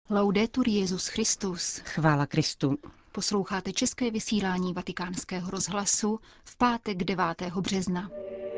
Laudetur Jesus Christus. Chvála Kristu. Posloucháte české vysílání Vatikánského rozhlasu v pátek 9. března.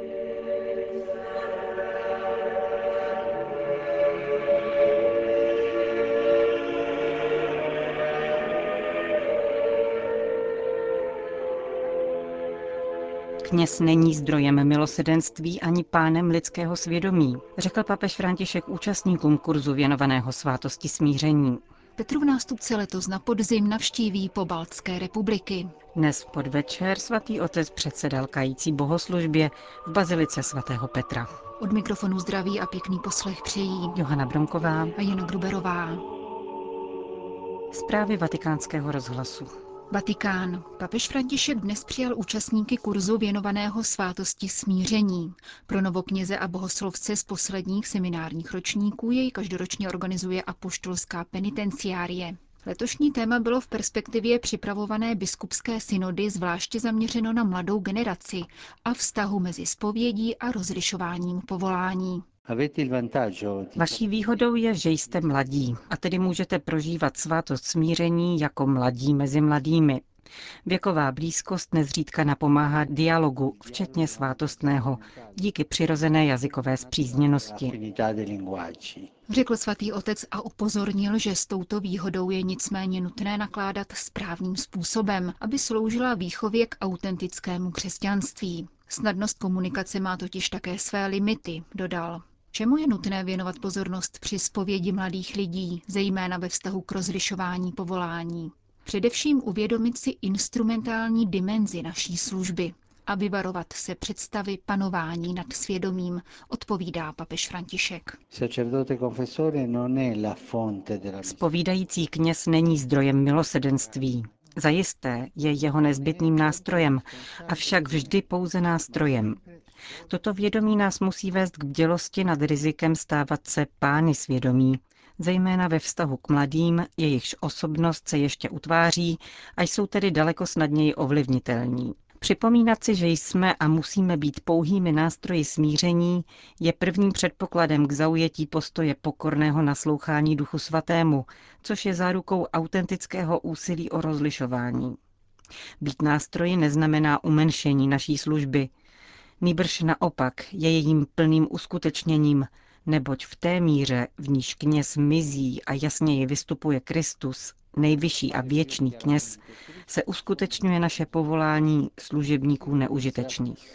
Kněz není zdrojem milosedenství ani pánem lidského svědomí, řekl papež František účastníkům kurzu věnovaného svátosti smíření. Petrův nástupce letos na podzim navštíví Pobaltské republiky. Dnes v podvečer svatý otec předsedal kající bohoslužbě v bazilice svatého Petra. Od mikrofonu zdraví a pěkný poslech přejí Johana Bromková a Jana Gruberová. Zprávy Vatikánského rozhlasu. Vatikán. Papež František dnes přijal účastníky kurzu věnovaného svátosti smíření. Pro novokněze a bohoslovce z posledních seminárních ročníků jej každoročně organizuje apoštolská penitenciárie. Letošní téma bylo v perspektivě připravované biskupské synody zvláště zaměřeno na mladou generaci a vztahu mezi zpovědí a rozlišováním povolání. Vaší výhodou je, že jste mladí a tedy můžete prožívat svátost smíření jako mladí mezi mladými. Věková blízkost nezřídka napomáhá dialogu, včetně svátostného, díky přirozené jazykové spřízněnosti. Řekl svatý otec a upozornil, že s touto výhodou je nicméně nutné nakládat správným způsobem, aby sloužila výchově k autentickému křesťanství. Snadnost komunikace má totiž také své limity, dodal. Čemu je nutné věnovat pozornost při zpovědi mladých lidí, zejména ve vztahu k rozlišování povolání? Především uvědomit si instrumentální dimenzi naší služby a vyvarovat se představy panování nad svědomím, odpovídá papež František. Zpovídající kněz není zdrojem milosedenství. Zajisté je jeho nezbytným nástrojem, avšak vždy pouze nástrojem. Toto vědomí nás musí vést k bdělosti nad rizikem stávat se pány svědomí, zejména ve vztahu k mladým, jejichž osobnost se ještě utváří a jsou tedy daleko snadněji ovlivnitelní. Připomínat si, že jsme a musíme být pouhými nástroji smíření, je prvním předpokladem k zaujetí postoje pokorného naslouchání Duchu Svatému, což je zárukou autentického úsilí o rozlišování. Být nástroji neznamená umenšení naší služby, nýbrž naopak je jejím plným uskutečněním, neboť v té míře, v níž kněz mizí a jasněji vystupuje Kristus, nejvyšší a věčný kněz, se uskutečňuje naše povolání služebníků neužitečných.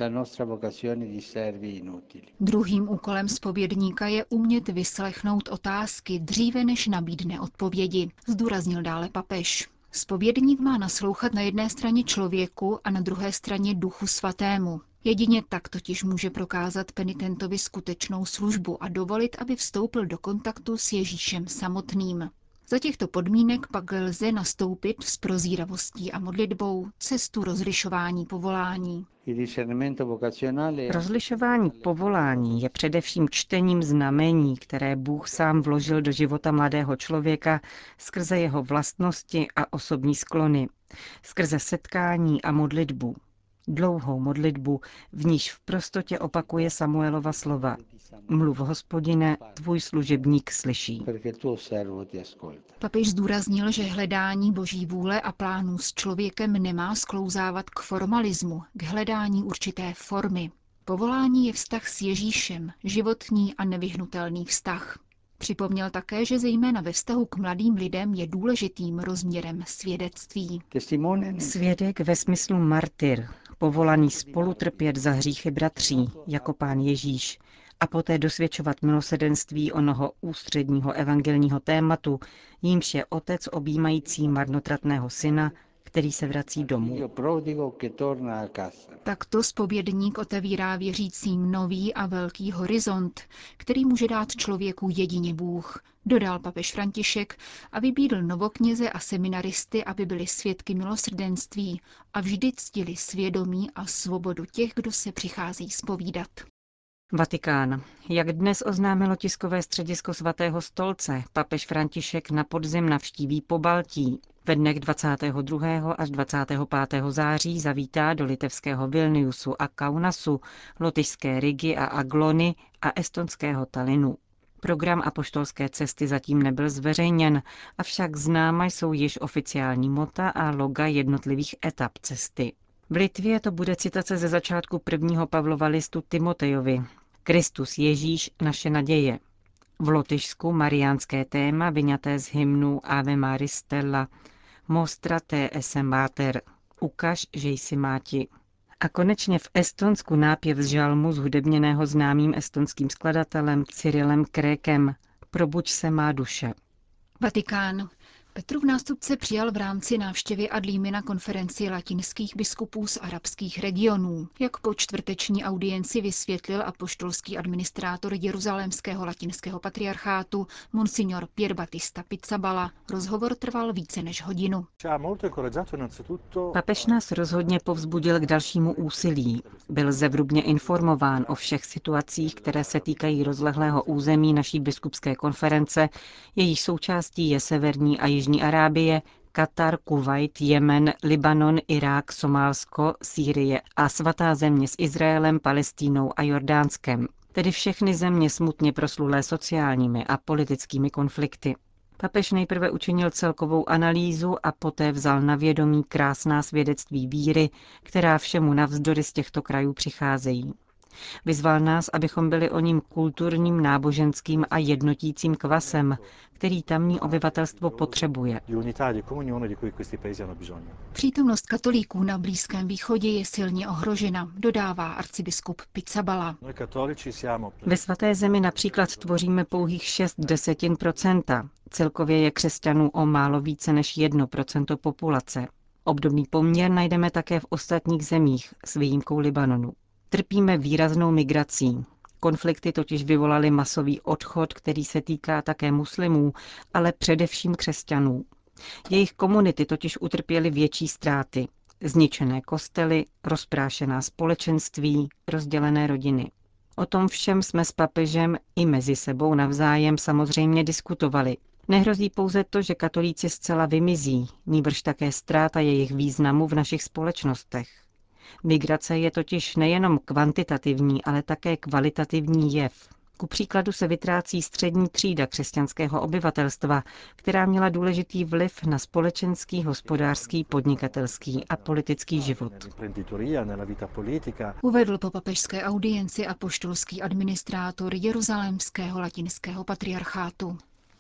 Druhým úkolem zpovědníka je umět vyslechnout otázky dříve, než nabídne odpovědi, zdůraznil dále papež. Zpovědník má naslouchat na jedné straně člověku a na druhé straně Duchu Svatému. Jedině tak totiž může prokázat penitentovi skutečnou službu a dovolit, aby vstoupil do kontaktu s Ježíšem samotným. Za těchto podmínek pak lze nastoupit s prozíravostí a modlitbou cestu rozlišování povolání. Rozlišování povolání je především čtením znamení, které Bůh sám vložil do života mladého člověka skrze jeho vlastnosti a osobní sklony, skrze setkání a modlitbu. Dlouhou modlitbu, v níž v prostotě opakuje Samuelova slova. Mluv, Hospodine, tvůj služebník slyší. Papež zdůraznil, že hledání Boží vůle a plánů s člověkem nemá sklouzávat k formalismu, k hledání určité formy. Povolání je vztah s Ježíšem, životní a nevyhnutelný vztah. Připomněl také, že zejména ve vztahu k mladým lidem je důležitým rozměrem svědectví. Svědek ve smyslu martyr, povolaný spolutrpět za hříchy bratří, jako Pán Ježíš, a poté dosvědčovat milosedenství onoho ústředního evangelního tématu, jímž je otec objímající marnotratného syna, který se vrací domů. Takto zpovědník otevírá věřícím nový a velký horizont, který může dát člověku jedině Bůh, dodal papež František a vybídl novokněze a seminaristy, aby byli svědky milosrdenství a vždy ctili svědomí a svobodu těch, kdo se přicházejí zpovídat. Vatikán. Jak dnes oznámilo tiskové středisko Svatého stolce, papež František na podzim navštíví Pobaltí. Ve dnech 22. až 25. září zavítá do litevského Vilniusu a Kaunasu, lotyšské Rigy a Aglony a estonského Tallinnu. Program apoštolské cesty zatím nebyl zveřejněn, avšak známa jsou již oficiální mota a loga jednotlivých etap cesty. V Litvě to bude citace ze začátku prvního Pavlova listu Timotejovi. Kristus Ježíš, naše naděje. V Lotyšsku mariánské téma vyňaté z hymnu Ave Maris Stella. Mostra te esse mater. Ukaž, že jsi máti. A konečně v Estonsku nápěv z žalmu zhudebněného známým estonským skladatelem Cyrilem Krékem. Probuď se má duše. Vatikán. Petrův nástupce přijal v rámci návštěvy Adlímy na konferenci latinských biskupů z arabských regionů. Jak po čtvrteční audienci vysvětlil apoštolský administrátor jeruzalémského latinského patriarchátu Monsignor Pier Battista Pizzaballa, rozhovor trval více než hodinu. Papež nás rozhodně povzbudil k dalšímu úsilí. Byl zevrubně informován o všech situacích, které se týkají rozlehlého území naší biskupské konference, jejíž součástí je severní a jižní Arábie, Katar, Kuvajt, Jemen, Libanon, Irák, Somálsko, Sýrie a svatá země s Izraelem, Palestínou a Jordánskem, tedy všechny země smutně proslulé sociálními a politickými konflikty. Papež nejprve učinil celkovou analýzu a poté vzal na vědomí krásná svědectví víry, která všemu navzdory z těchto krajů přicházejí. Vyzval nás, abychom byli o ním kulturním, náboženským a jednotícím kvasem, který tamní obyvatelstvo potřebuje. Přítomnost katolíků na Blízkém východě je silně ohrožena, dodává arcibiskup Pizzaballa. Ve svaté zemi například tvoříme pouhých 0,6%. Celkově je křesťanů o málo více než 1% populace. Obdobný poměr najdeme také v ostatních zemích, s výjimkou Libanonu. Trpíme výraznou migrací. Konflikty totiž vyvolaly masový odchod, který se týká také muslimů, ale především křesťanů. Jejich komunity totiž utrpěly větší ztráty. Zničené kostely, rozprášená společenství, rozdělené rodiny. O tom všem jsme s papežem i mezi sebou navzájem samozřejmě diskutovali. Nehrozí pouze to, že katolíci zcela vymizí, nýbrž také ztráta jejich významu v našich společnostech. Migrace je totiž nejenom kvantitativní, ale také kvalitativní jev. Ku příkladu se vytrácí střední třída křesťanského obyvatelstva, která měla důležitý vliv na společenský, hospodářský, podnikatelský a politický život. Uvedl po papežské audienci apoštolský administrátor jeruzalémského latinského patriarchátu.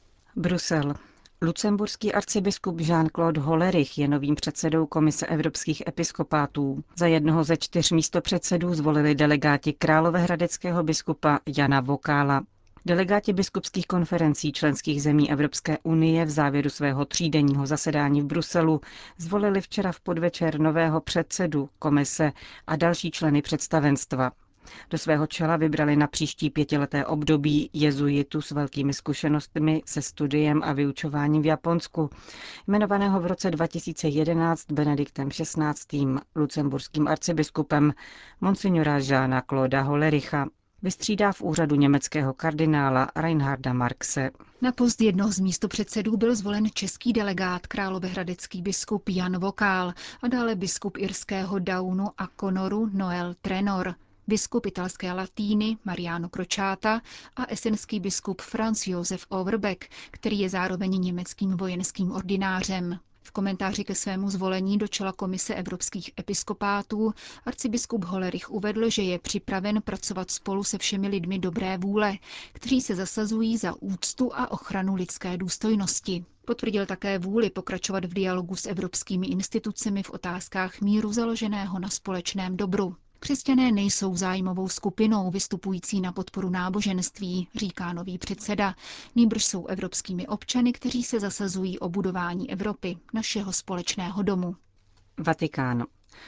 Brusel. Lucemburský arcibiskup Jean-Claude Hollerich je novým předsedou Komise evropských episkopátů. Za jednoho ze 4 místopředsedů zvolili delegáti královéhradeckého biskupa Jana Vokála. Delegáti biskupských konferencí členských zemí Evropské unie v závěru svého třídenního zasedání v Bruselu zvolili včera v podvečer nového předsedu komise a další členy představenstva. Do svého čela vybrali na příští 5leté období jezuitu s velkými zkušenostmi se studiem a vyučováním v Japonsku, jmenovaného v roce 2011 Benediktem XVI. Lucemburským arcibiskupem monsignora Jeana Clauda Hollericha. Vystřídá v úřadu německého kardinála Reinharda Marxe. Na post jednoho z místopředsedů byl zvolen český delegát královéhradecký biskup Jan Vokál a dále biskup irského Downu a Connoru Noel Trenor, biskup italské Latíny Mariano Crociata a esenský biskup Franz Josef Overbeck, který je zároveň německým vojenským ordinářem. V komentáři ke svému zvolení do čela Komise evropských episkopátů arcibiskup Hollerich uvedl, že je připraven pracovat spolu se všemi lidmi dobré vůle, kteří se zasazují za úctu a ochranu lidské důstojnosti. Potvrdil také vůli pokračovat v dialogu s evropskými institucemi v otázkách míru založeného na společném dobru. Křesťané nejsou zájmovou skupinou vystupující na podporu náboženství, říká nový předseda, nýbrž jsou evropskými občany, kteří se zasazují o budování Evropy, našeho společného domu. Vatikán.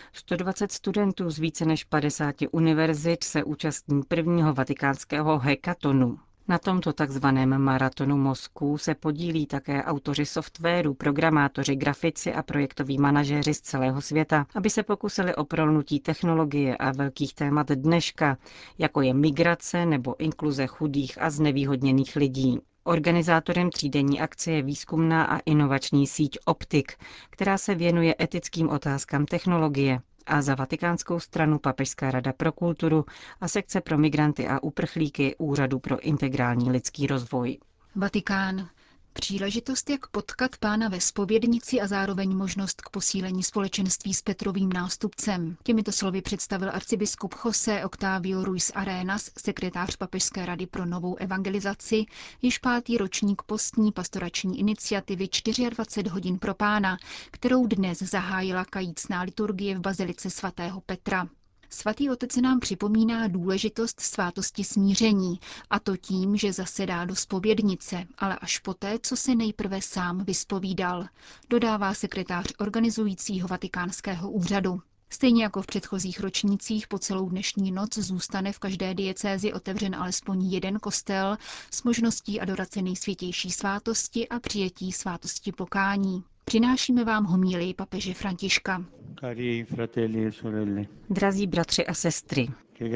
120 studentů z více než 50 univerzit se účastní prvního vatikánského hackathonu. Na tomto takzvaném maratonu mozků se podílí také autoři softwaru, programátoři, grafici a projektoví manažéři z celého světa, aby se pokusili o prolnutí technologie a velkých témat dneška, jako je migrace nebo inkluze chudých a znevýhodněných lidí. Organizátorem třídenní akce je výzkumná a inovační síť Optik, která se věnuje etickým otázkám technologie a za Vatikánskou stranu Papežská rada pro kulturu a sekce pro migranty a uprchlíky Úřadu pro integrální lidský rozvoj. Vatikán. Příležitost, jak potkat Pána ve zpovědnici a zároveň možnost k posílení společenství s Petrovým nástupcem. Těmito slovy představil arcibiskup José Octavio Ruiz Arenas, sekretář Papežské rady pro novou evangelizaci, již 5. ročník postní pastorační iniciativy 24 hodin pro Pána, kterou dnes zahájila kajícná liturgie v bazilice svatého Petra. Svatý otec nám připomíná důležitost svátosti smíření, a to tím, že zasedá do zpovědnice, ale až poté, co se nejprve sám vyspovídal, dodává sekretář organizujícího vatikánského úřadu. Stejně jako v předchozích ročnících po celou dnešní noc zůstane v každé diecézi otevřen alespoň jeden kostel s možností adorace Nejsvětější svátosti a přijetí svátosti pokání. Přinášíme vám homílii papeže Františka. Drazí bratři a sestry,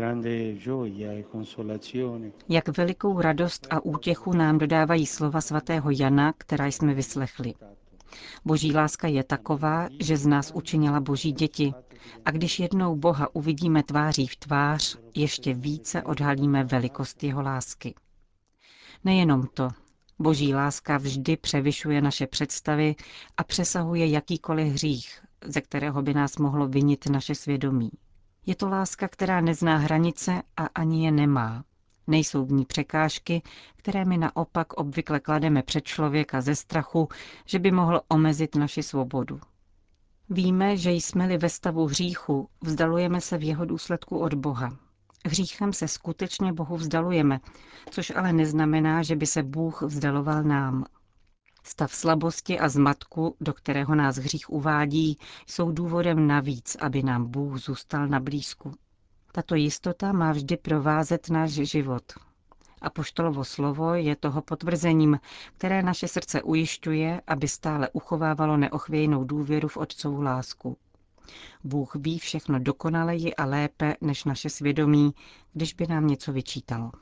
jak velikou radost a útěchu nám dodávají slova svatého Jana, která jsme vyslechli. Boží láska je taková, že z nás učinila Boží děti, a když jednou Boha uvidíme tváří v tvář, ještě více odhalíme velikost jeho lásky. Nejenom to, Boží láska vždy převyšuje naše představy a přesahuje jakýkoliv hřích, ze kterého by nás mohlo vinit naše svědomí. Je to láska, která nezná hranice a ani je nemá. Nejsou v ní překážky, které my naopak obvykle klademe před člověka ze strachu, že by mohl omezit naši svobodu. Víme, že jsme-li ve stavu hříchu, vzdalujeme se v jeho důsledku od Boha. Hříchem se skutečně Bohu vzdalujeme, což ale neznamená, že by se Bůh vzdaloval nám. Stav slabosti a zmatku, do kterého nás hřích uvádí, jsou důvodem navíc, aby nám Bůh zůstal na blízku. Tato jistota má vždy provázet náš život. Apoštolovo slovo je toho potvrzením, které naše srdce ujišťuje, aby stále uchovávalo neochvějnou důvěru v Otcovu lásku. Bůh ví všechno dokonaleji a lépe než naše svědomí, když by nám něco vyčítalo.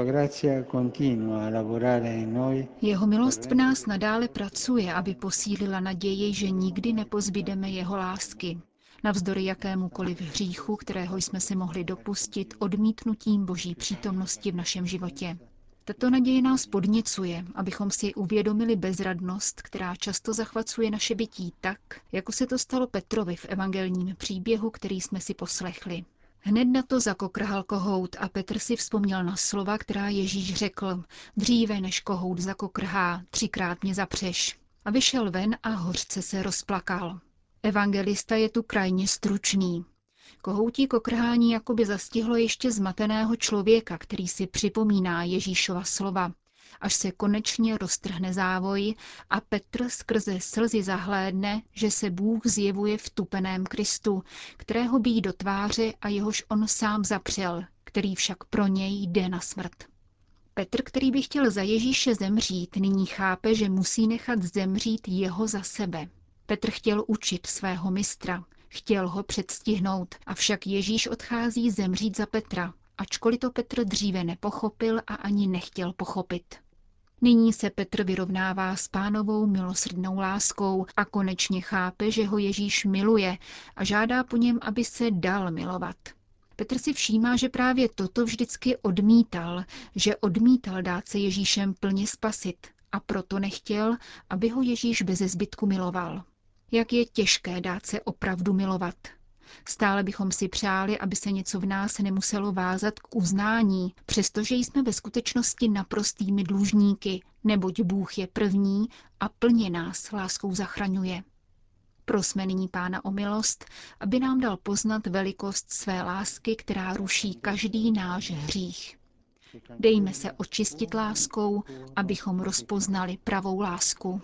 Jeho milost v nás nadále pracuje, aby posílila naději, že nikdy nepozbydeme jeho lásky. Navzdory jakémukoliv hříchu, kterého jsme se mohli dopustit odmítnutím Boží přítomnosti v našem životě. Tato naděje nás podněcuje, abychom si uvědomili bezradnost, která často zachvacuje naše bytí tak, jako se to stalo Petrovi v evangelním příběhu, který jsme si poslechli. Hned na to zakokrhal kohout a Petr si vzpomněl na slova, která Ježíš řekl: dříve než kohout zakokrhá, 3krát mě zapřeš. A vyšel ven a hořce se rozplakal. Evangelista je tu krajně stručný. Kohoutí kokrhání jakoby zastihlo ještě zmateného člověka, který si připomíná Ježíšova slova, až se konečně roztrhne závoj a Petr skrze slzy zahlédne, že se Bůh zjevuje v tupeném Kristu, kterého bíjí do tváře a jehož on sám zapřel, který však pro něj jde na smrt. Petr, který by chtěl za Ježíše zemřít, nyní chápe, že musí nechat zemřít jeho za sebe. Petr chtěl učit svého mistra, chtěl ho předstihnout, avšak Ježíš odchází zemřít za Petra, ačkoliv to Petr dříve nepochopil a ani nechtěl pochopit. Nyní se Petr vyrovnává s Pánovou milosrdnou láskou a konečně chápe, že ho Ježíš miluje a žádá po něm, aby se dal milovat. Petr si všímá, že právě toto vždycky odmítal, že odmítal dát se Ježíšem plně spasit a proto nechtěl, aby ho Ježíš beze zbytku miloval. Jak je těžké dát se opravdu milovat. Stále bychom si přáli, aby se něco v nás nemuselo vázat k uznání, přestože jsme ve skutečnosti naprostými dlužníky, neboť Bůh je první a plně nás láskou zachraňuje. Prosme nyní Pána o milost, aby nám dal poznat velikost své lásky, která ruší každý náš hřích. Dejme se očistit láskou, abychom rozpoznali pravou lásku.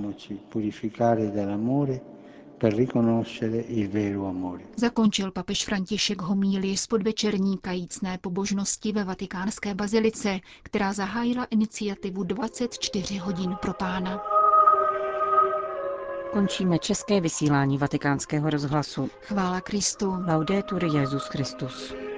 Zakončil papež František homílii z podvečerní kajícné pobožnosti ve vatikánské bazilice, která zahájila iniciativu 24 hodin pro Pána. Končíme české vysílání Vatikánského rozhlasu. Chvála Kristu. Laudetur Jesus Christus.